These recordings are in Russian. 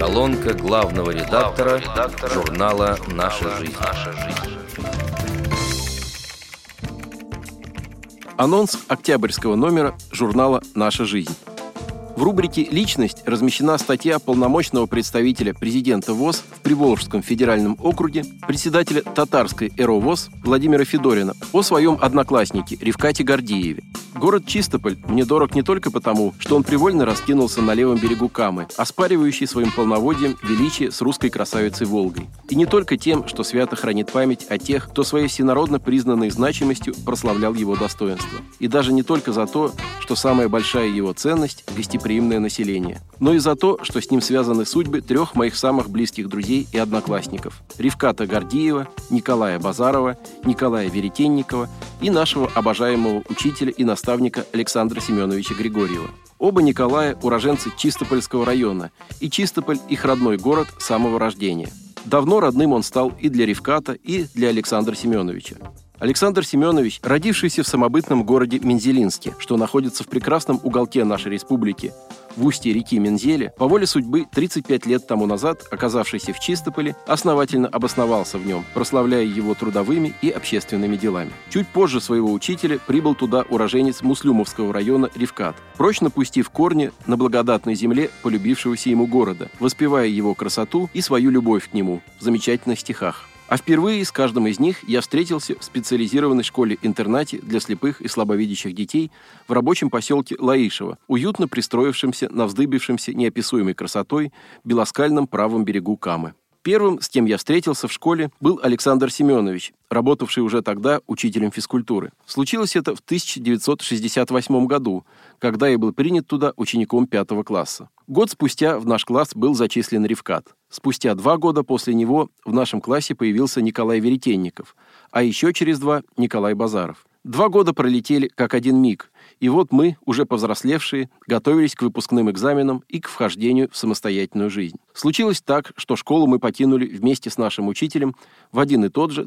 Колонка главного редактора журнала «Наша жизнь». Анонс октябрьского номера журнала «Наша жизнь». В рубрике «Личность» размещена статья полномочного представителя президента ВОС в Приволжском федеральном округе, председателя татарской ЭРО ВОС Владимира Федорина о своем однокласснике Ревкате Гордееве. Город Чистополь мне дорог не только потому, что он привольно раскинулся на левом берегу Камы, оспаривающий своим полноводием величие с русской красавицей Волгой. И не только тем, что свято хранит память о тех, кто своей всенародно признанной значимостью прославлял его достоинство. И даже не только за то, что самая большая его ценность – гостеприимное население, но и за то, что с ним связаны судьбы трех моих самых близких друзей и одноклассников – Ревката Гордеева, Николая Базарова, Николая Веретенникова и нашего обожаемого учителя и наставника Александра Семеновича Григорьева. Оба Николая – уроженцы Чистопольского района, и Чистополь – их родной город с самого рождения. Давно родным он стал и для Ревката, и для Александра Семеновича. Александр Семенович, родившийся в самобытном городе Мензелинске, что находится в прекрасном уголке нашей республики, в устье реки Мензеле, по воле судьбы 35 лет тому назад, оказавшийся в Чистополе, основательно обосновался в нем, прославляя его трудовыми и общественными делами. Чуть позже своего учителя прибыл туда уроженец Муслюмовского района Ревкат, прочно пустив корни на благодатной земле полюбившегося ему города, воспевая его красоту и свою любовь к нему в замечательных стихах. А впервые с каждым из них я встретился в специализированной школе-интернате для слепых и слабовидящих детей в рабочем поселке Лаишево, уютно пристроившемся на вздыбившемся неописуемой красотой белоскальном правом берегу Камы. Первым, с кем я встретился в школе, был Александр Семенович, работавший уже тогда учителем физкультуры. Случилось это в 1968 году, когда я был принят туда учеником 5 класса. Год спустя в наш класс был зачислен Ревкат. Спустя 2 года после него в нашем классе появился Николай Веретенников, а еще через 2 – Николай Базаров. 2 года пролетели как один миг, и вот мы, уже повзрослевшие, готовились к выпускным экзаменам и к вхождению в самостоятельную жизнь. Случилось так, что школу мы покинули вместе с нашим учителем в один и тот же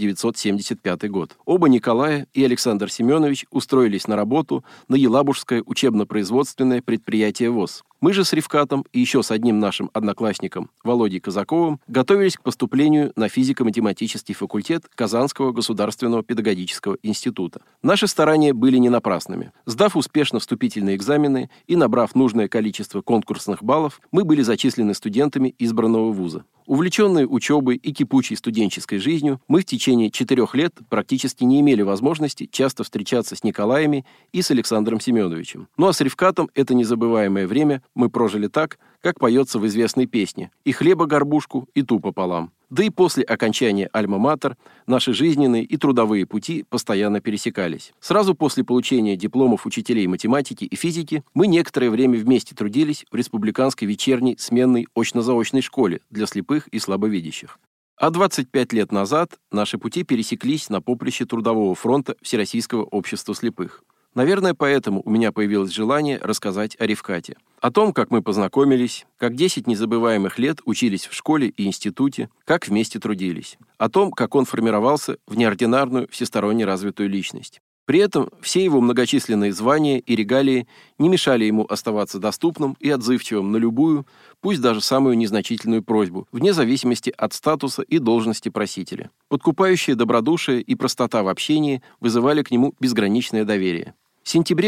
1975 год. Оба Николая и Александр Семенович устроились на работу на Елабужское учебно-производственное предприятие ВОС. Мы же с Ревкатом и еще с одним нашим одноклассником, Володей Казаковым, готовились к поступлению на физико-математический факультет Казанского государственного педагогического института. Наши старания были не напрасными. Сдав успешно вступительные экзамены и набрав нужное количество конкурсных баллов, мы были зачислены студентами избранного вуза. Увлеченные учебой и кипучей студенческой жизнью, мы в течение 4 лет практически не имели возможности часто встречаться с Николаями и с Александром Семеновичем. Ну а с Ревкатом это незабываемое время мы прожили так, как поется в известной песне: «И хлеба горбушку, и ту пополам». Да и после окончания альма-матер наши жизненные и трудовые пути постоянно пересекались. Сразу после получения дипломов учителей математики и физики мы некоторое время вместе трудились в республиканской вечерней сменной очно-заочной школе для слепых и слабовидящих. А 25 лет назад наши пути пересеклись на поприще Трудового фронта Всероссийского общества слепых. Наверное, поэтому у меня появилось желание рассказать о Ревкате. О том, как мы познакомились, как 10 незабываемых лет учились в школе и институте, как вместе трудились. О том, как он формировался в неординарную, всесторонне развитую личность. При этом все его многочисленные звания и регалии не мешали ему оставаться доступным и отзывчивым на любую, пусть даже самую незначительную просьбу, вне зависимости от статуса и должности просителя. Подкупающее добродушие и простота в общении вызывали к нему безграничное доверие. В сентябре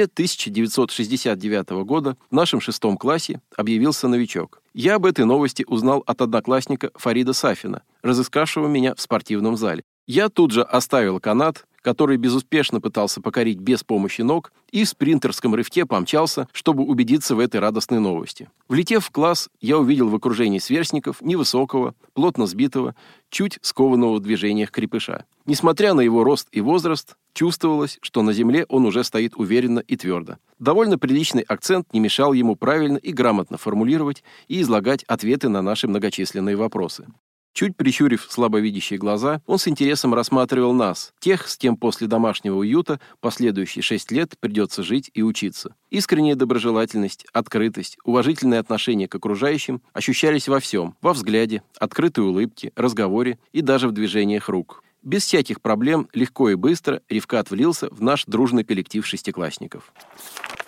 1969 года в нашем 6 классе объявился новичок. Я об этой новости узнал от одноклассника Фарида Сафина, разыскавшего меня в спортивном зале. Я тут же оставил канат, который безуспешно пытался покорить без помощи ног, и в спринтерском рывке помчался, чтобы убедиться в этой радостной новости. Влетев в класс, я увидел в окружении сверстников невысокого, плотно сбитого, чуть скованного в движениях крепыша. Несмотря на его рост и возраст, чувствовалось, что на земле он уже стоит уверенно и твердо. Довольно приличный акцент не мешал ему правильно и грамотно формулировать и излагать ответы на наши многочисленные вопросы. Чуть прищурив слабовидящие глаза, он с интересом рассматривал нас, тех, с кем после домашнего уюта последующие 6 лет придется жить и учиться. Искренняя доброжелательность, открытость, уважительное отношение к окружающим ощущались во всем: во взгляде, открытой улыбке, разговоре и даже в движениях рук. Без всяких проблем, легко и быстро Ревкат влился в наш дружный коллектив шестиклассников.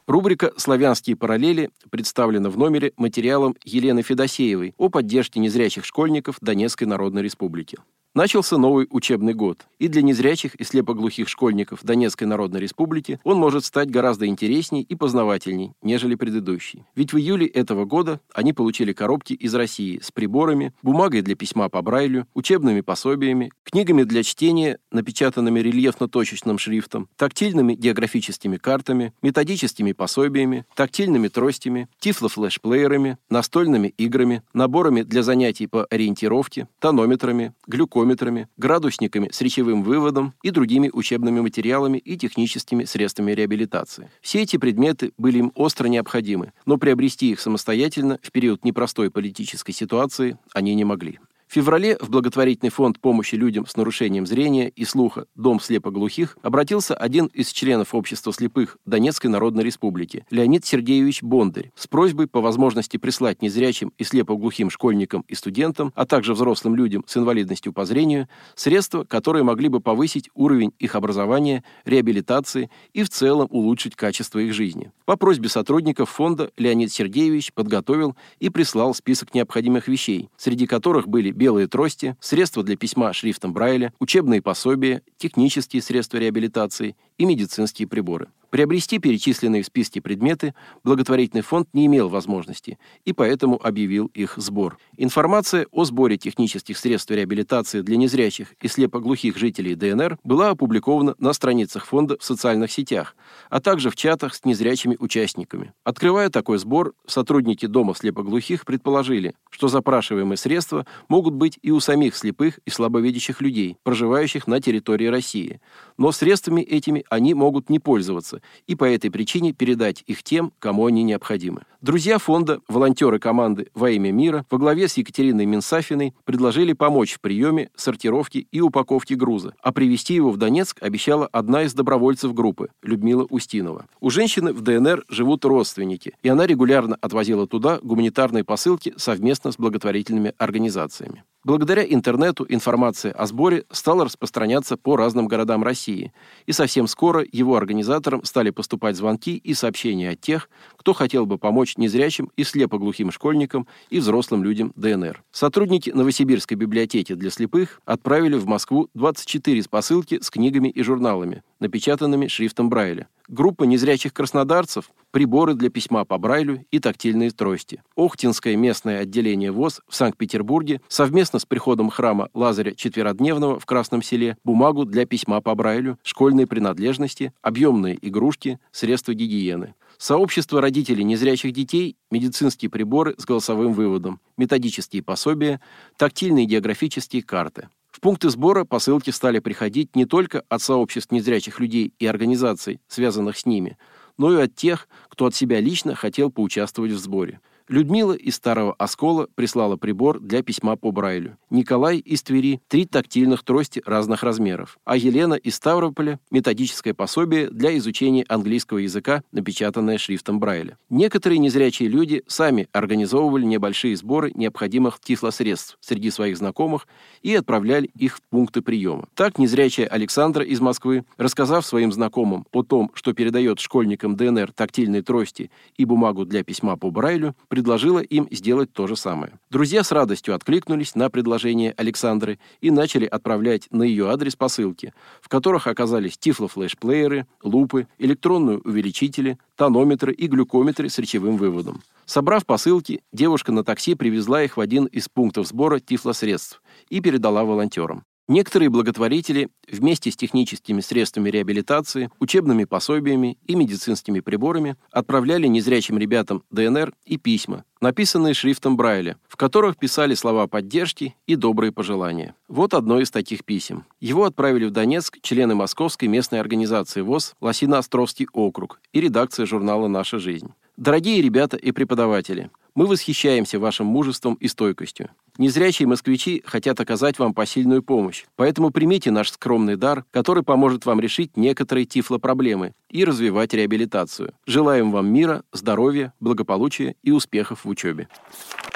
Рубрика «Славянские параллели» представлена в номере материалом Елены Федосеевой о поддержке незрячих школьников Донецкой Народной Республики. Начался новый учебный год, и для незрячих и слепоглухих школьников Донецкой Народной Республики он может стать гораздо интересней и познавательней, нежели предыдущий. Ведь в июле этого года они получили коробки из России с приборами, бумагой для письма по Брайлю, учебными пособиями, книгами для чтения, напечатанными рельефно-точечным шрифтом, тактильными географическими картами, методическими пособиями, тактильными тростями, тифлофлешплеерами, настольными играми, наборами для занятий по ориентировке, тонометрами, глюкометрами, градусниками с речевым выводом и другими учебными материалами и техническими средствами реабилитации. Все эти предметы были им остро необходимы, но приобрести их самостоятельно в период непростой политической ситуации они не могли. В феврале в благотворительный фонд помощи людям с нарушением зрения и слуха «Дом слепоглухих» обратился один из членов общества слепых Донецкой Народной Республики, Леонид Сергеевич Бондарь, с просьбой по возможности прислать незрячим и слепоглухим школьникам и студентам, а также взрослым людям с инвалидностью по зрению, средства, которые могли бы повысить уровень их образования, реабилитации и в целом улучшить качество их жизни. По просьбе сотрудников фонда Леонид Сергеевич подготовил и прислал список необходимых вещей, среди которых были белые трости, средства для письма шрифтом Брайля, учебные пособия, технические средства реабилитации и медицинские приборы. Приобрести перечисленные в списке предметы благотворительный фонд не имел возможности и поэтому объявил их сбор. Информация о сборе технических средств реабилитации для незрячих и слепоглухих жителей ДНР была опубликована на страницах фонда в социальных сетях, а также в чатах с незрячими участниками. Открывая такой сбор, сотрудники Дома слепоглухих предположили, что запрашиваемые средства могут быть и у самих слепых и слабовидящих людей, проживающих на территории России. Но средствами этими они могут не пользоваться и по этой причине передать их тем, кому они необходимы. Друзья фонда, волонтеры команды «Во имя мира» во главе с Екатериной Минсафиной предложили помочь в приеме, сортировке и упаковке груза, а привезти его в Донецк обещала одна из добровольцев группы, Людмила Устинова. У женщины в ДНР живут родственники, и она регулярно отвозила туда гуманитарные посылки совместно с благотворительными организациями. Благодаря интернету информация о сборе стала распространяться по разным городам России, и совсем скоро его организаторам стали поступать звонки и сообщения от тех, кто хотел бы помочь незрячим и слепоглухим школьникам и взрослым людям ДНР. Сотрудники Новосибирской библиотеки для слепых отправили в Москву 24 посылки с книгами и журналами, напечатанными шрифтом Брайля. Группа незрячих краснодарцев – приборы для письма по Брайлю и тактильные трости. Охтинское местное отделение ВОС в Санкт-Петербурге совместно с приходом храма Лазаря Четверодневного в Красном Селе бумагу для письма по Брайлю, школьные принадлежности, объемные игрушки, средства гигиены. Сообщество родителей незрячих детей – медицинские приборы с голосовым выводом, методические пособия, тактильные географические карты. В пункты сбора посылки стали приходить не только от сообществ незрячих людей и организаций, связанных с ними, но и от тех, кто от себя лично хотел поучаствовать в сборе. Людмила из Старого Оскола прислала прибор для письма по Брайлю. Николай из Твери – 3 тактильных трости разных размеров. А Елена из Ставрополя – методическое пособие для изучения английского языка, напечатанное шрифтом Брайля. Некоторые незрячие люди сами организовывали небольшие сборы необходимых тифлосредств среди своих знакомых и отправляли их в пункты приема. Так незрячая Александра из Москвы, рассказав своим знакомым о том, что передает школьникам ДНР тактильные трости и бумагу для письма по Брайлю, предложила им сделать то же самое. Друзья с радостью откликнулись на предложение Александры и начали отправлять на ее адрес посылки, в которых оказались тифлофлешплееры, лупы, электронные увеличители, тонометры и глюкометры с речевым выводом. Собрав посылки, девушка на такси привезла их в один из пунктов сбора тифлосредств и передала волонтерам. Некоторые благотворители вместе с техническими средствами реабилитации, учебными пособиями и медицинскими приборами отправляли незрячим ребятам ДНР и письма, написанные шрифтом Брайля, в которых писали слова поддержки и добрые пожелания. Вот одно из таких писем. Его отправили в Донецк члены Московской местной организации ВОС Лосино-Островский округ и редакция журнала «Наша жизнь». Дорогие ребята и преподаватели, мы восхищаемся вашим мужеством и стойкостью. Незрячие москвичи хотят оказать вам посильную помощь, поэтому примите наш скромный дар, который поможет вам решить некоторые тифлопроблемы и развивать реабилитацию. Желаем вам мира, здоровья, благополучия и успехов в учебе.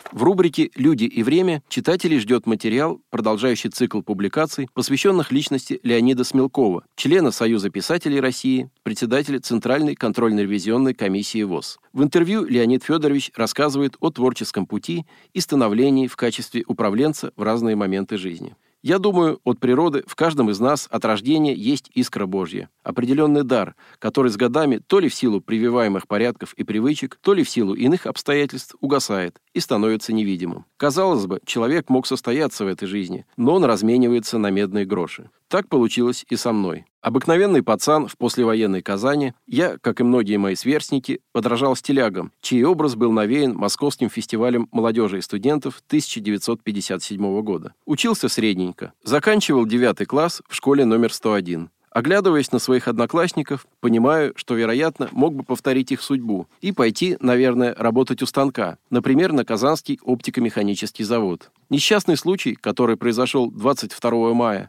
В рубрике «Люди и время» читателей ждет материал, продолжающий цикл публикаций, посвященных личности Леонида Смелкова, члена Союза писателей России, председателя Центральной контрольно-ревизионной комиссии ВОС. В интервью Леонид Федорович рассказывает о творческом пути и становлении в качестве управленца в разные моменты жизни. Я думаю, от природы в каждом из нас от рождения есть искра Божья, определенный дар, который с годами то ли в силу прививаемых порядков и привычек, то ли в силу иных обстоятельств угасает и становится невидимым. Казалось бы, человек мог состояться в этой жизни, но он разменивается на медные гроши. Так получилось и со мной. Обыкновенный пацан в послевоенной Казани, я, как и многие мои сверстники, подражал стилягам, чей образ был навеян Московским фестивалем молодежи и студентов 1957 года. Учился средненько, заканчивал 9 класс в школе номер 101. Оглядываясь на своих одноклассников, понимаю, что, вероятно, мог бы повторить их судьбу и пойти, наверное, работать у станка, например, на Казанский оптико-механический завод. Несчастный случай, который произошел 22 мая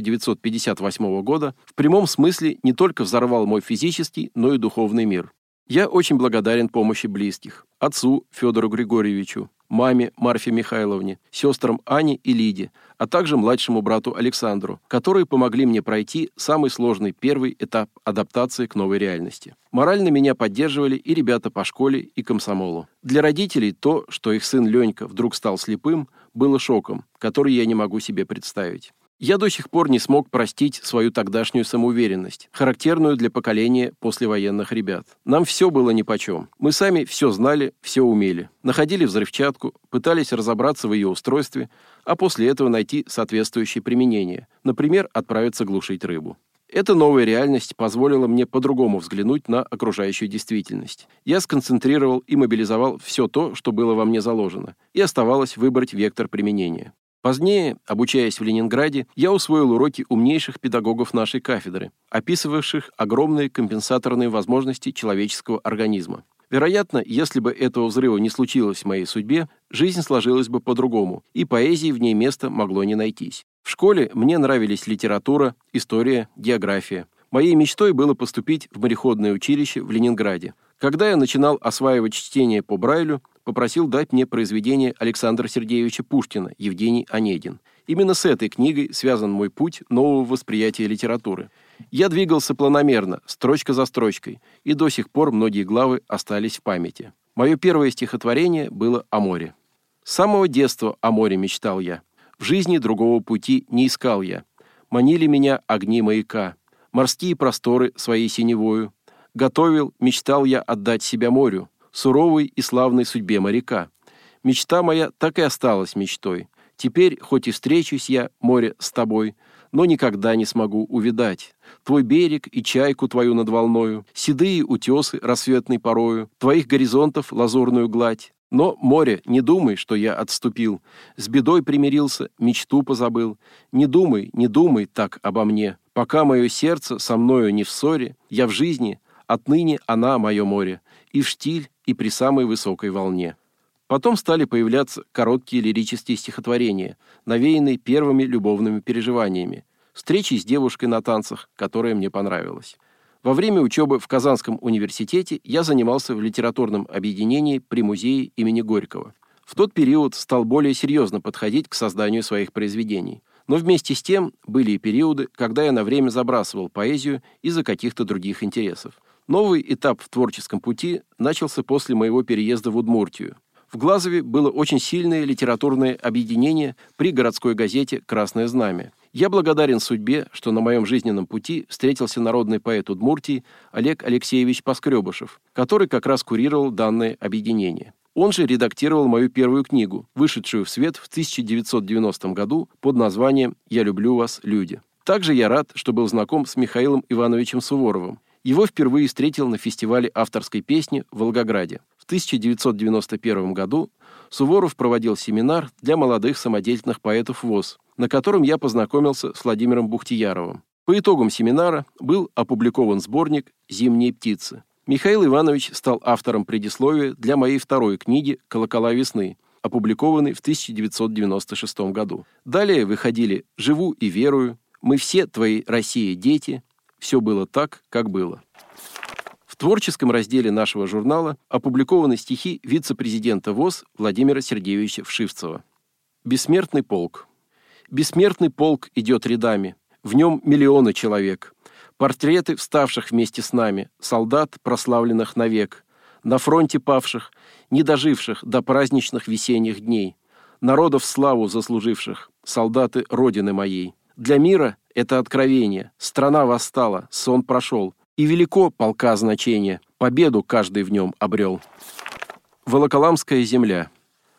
1958 года, в прямом смысле не только взорвал мой физический, но и духовный мир. Я очень благодарен помощи близких: отцу Федору Григорьевичу, маме Марфе Михайловне, сестрам Ане и Лиде, а также младшему брату Александру, которые помогли мне пройти самый сложный первый этап адаптации к новой реальности. Морально меня поддерживали и ребята по школе и комсомолу. Для родителей то, что их сын Ленька вдруг стал слепым, было шоком, который я не могу себе представить. Я до сих пор не смог простить свою тогдашнюю самоуверенность, характерную для поколения послевоенных ребят. Нам все было нипочем. Мы сами все знали, все умели. Находили взрывчатку, пытались разобраться в ее устройстве, а после этого найти соответствующее применение. Например, отправиться глушить рыбу. Эта новая реальность позволила мне по-другому взглянуть на окружающую действительность. Я сконцентрировал и мобилизовал все то, что было во мне заложено, и оставалось выбрать вектор применения. Позднее, обучаясь в Ленинграде, я усвоил уроки умнейших педагогов нашей кафедры, описывавших огромные компенсаторные возможности человеческого организма. Вероятно, если бы этого взрыва не случилось в моей судьбе, жизнь сложилась бы по-другому, и поэзии в ней места могло не найтись. В школе мне нравились литература, история, география. Моей мечтой было поступить в мореходное училище в Ленинграде. Когда я начинал осваивать чтение по Брайлю, попросил дать мне произведение Александра Сергеевича Пушкина «Евгений Онегин». Именно с этой книгой связан мой путь нового восприятия литературы. Я двигался планомерно, строчка за строчкой, и до сих пор многие главы остались в памяти. Мое первое стихотворение было о море. С самого детства о море мечтал я. В жизни другого пути не искал я. Манили меня огни маяка, морские просторы своей синевою. Готовил, мечтал я отдать себя морю, суровой и славной судьбе моряка. Мечта моя так и осталась мечтой. Теперь, хоть и встречусь я, море, с тобой, но никогда не смогу увидать твой берег и чайку твою над волною, седые утесы рассветной порою, твоих горизонтов лазурную гладь. Но, море, не думай, что я отступил, с бедой примирился, мечту позабыл. Не думай так обо мне, пока мое сердце со мною не в ссоре, я в жизни, отныне она мое море, и в штиль, и при самой высокой волне. Потом стали появляться короткие лирические стихотворения, навеянные первыми любовными переживаниями, встречи с девушкой на танцах, которая мне понравилась. Во время учебы в Казанском университете я занимался в литературном объединении при музее имени Горького. В тот период стал более серьезно подходить к созданию своих произведений. Но вместе с тем были и периоды, когда я на время забрасывал поэзию из-за каких-то других интересов. Новый этап в творческом пути начался после моего переезда в Удмуртию. В Глазове было очень сильное литературное объединение при городской газете «Красное знамя». Я благодарен судьбе, что на моем жизненном пути встретился народный поэт Удмуртии Олег Алексеевич Поскребышев, который как раз курировал данное объединение. Он же редактировал мою первую книгу, вышедшую в свет в 1990 году под названием «Я люблю вас, люди». Также я рад, что был знаком с Михаилом Ивановичем Суворовым. Его впервые встретил на фестивале авторской песни в Волгограде. В 1991 году Суворов проводил семинар для молодых самодеятельных поэтов ВОС, на котором я познакомился с Владимиром Бухтияровым. По итогам семинара был опубликован сборник «Зимние птицы». Михаил Иванович стал автором предисловия для моей второй книги «Колокола весны», опубликованной в 1996 году. Далее выходили «Живу и верую», «Мы все твои России дети», «Все было так, как было». В творческом разделе нашего журнала опубликованы стихи вице-президента ВОС Владимира Сергеевича Вшивцева. «Бессмертный полк». Бессмертный полк идет рядами, в нем миллионы человек. Портреты вставших вместе с нами, солдат, прославленных навек, на фронте павших, не доживших до праздничных весенних дней, народов славу заслуживших, солдаты Родины моей. Для мира это откровение, страна восстала, сон прошел, и велико полка значение, победу каждый в нем обрел. Волоколамская земля.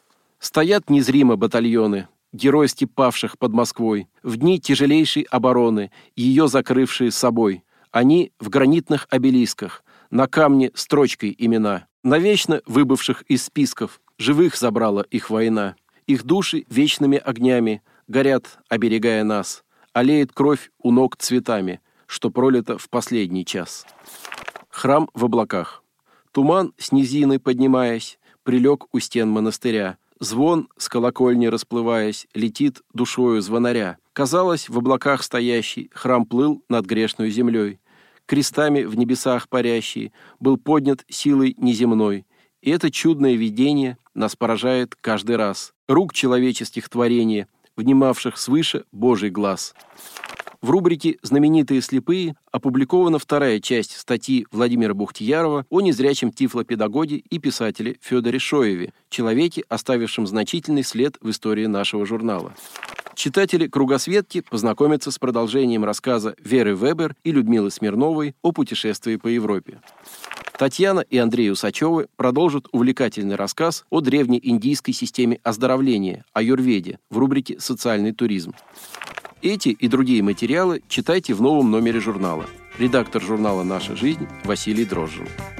Стоят незримо батальоны, геройски павших под Москвой, в дни тяжелейшей обороны, ее закрывшие собой. Они в гранитных обелисках, на камне строчкой имена, навечно выбывших из списков, живых забрала их война. Их души вечными огнями горят, оберегая нас, аллеет кровь у ног цветами, что пролито в последний час. Храм в облаках. Туман с низины поднимаясь, прилег у стен монастыря. Звон, с колокольни расплываясь, летит душою звонаря. Казалось, в облаках стоящий храм плыл над грешной землей. Крестами в небесах парящий был поднят силой неземной. И это чудное видение нас поражает каждый раз. Рук человеческих творения, внимавших свыше Божий глаз. В рубрике «Знаменитые слепые» опубликована вторая часть статьи Владимира Бухтиярова о незрячем тифлопедагоге и писателе Федоре Шоеве, человеке, оставившем значительный след в истории нашего журнала. Читатели «Кругосветки» познакомятся с продолжением рассказа Веры Вебер и Людмилы Смирновой о путешествии по Европе. Татьяна и Андрей Усачевы продолжат увлекательный рассказ о древней индийской системе оздоровления, аюрведе, в рубрике «Социальный туризм». Эти и другие материалы читайте в новом номере журнала. Редактор журнала «Наша жизнь» Василий Дрожжин.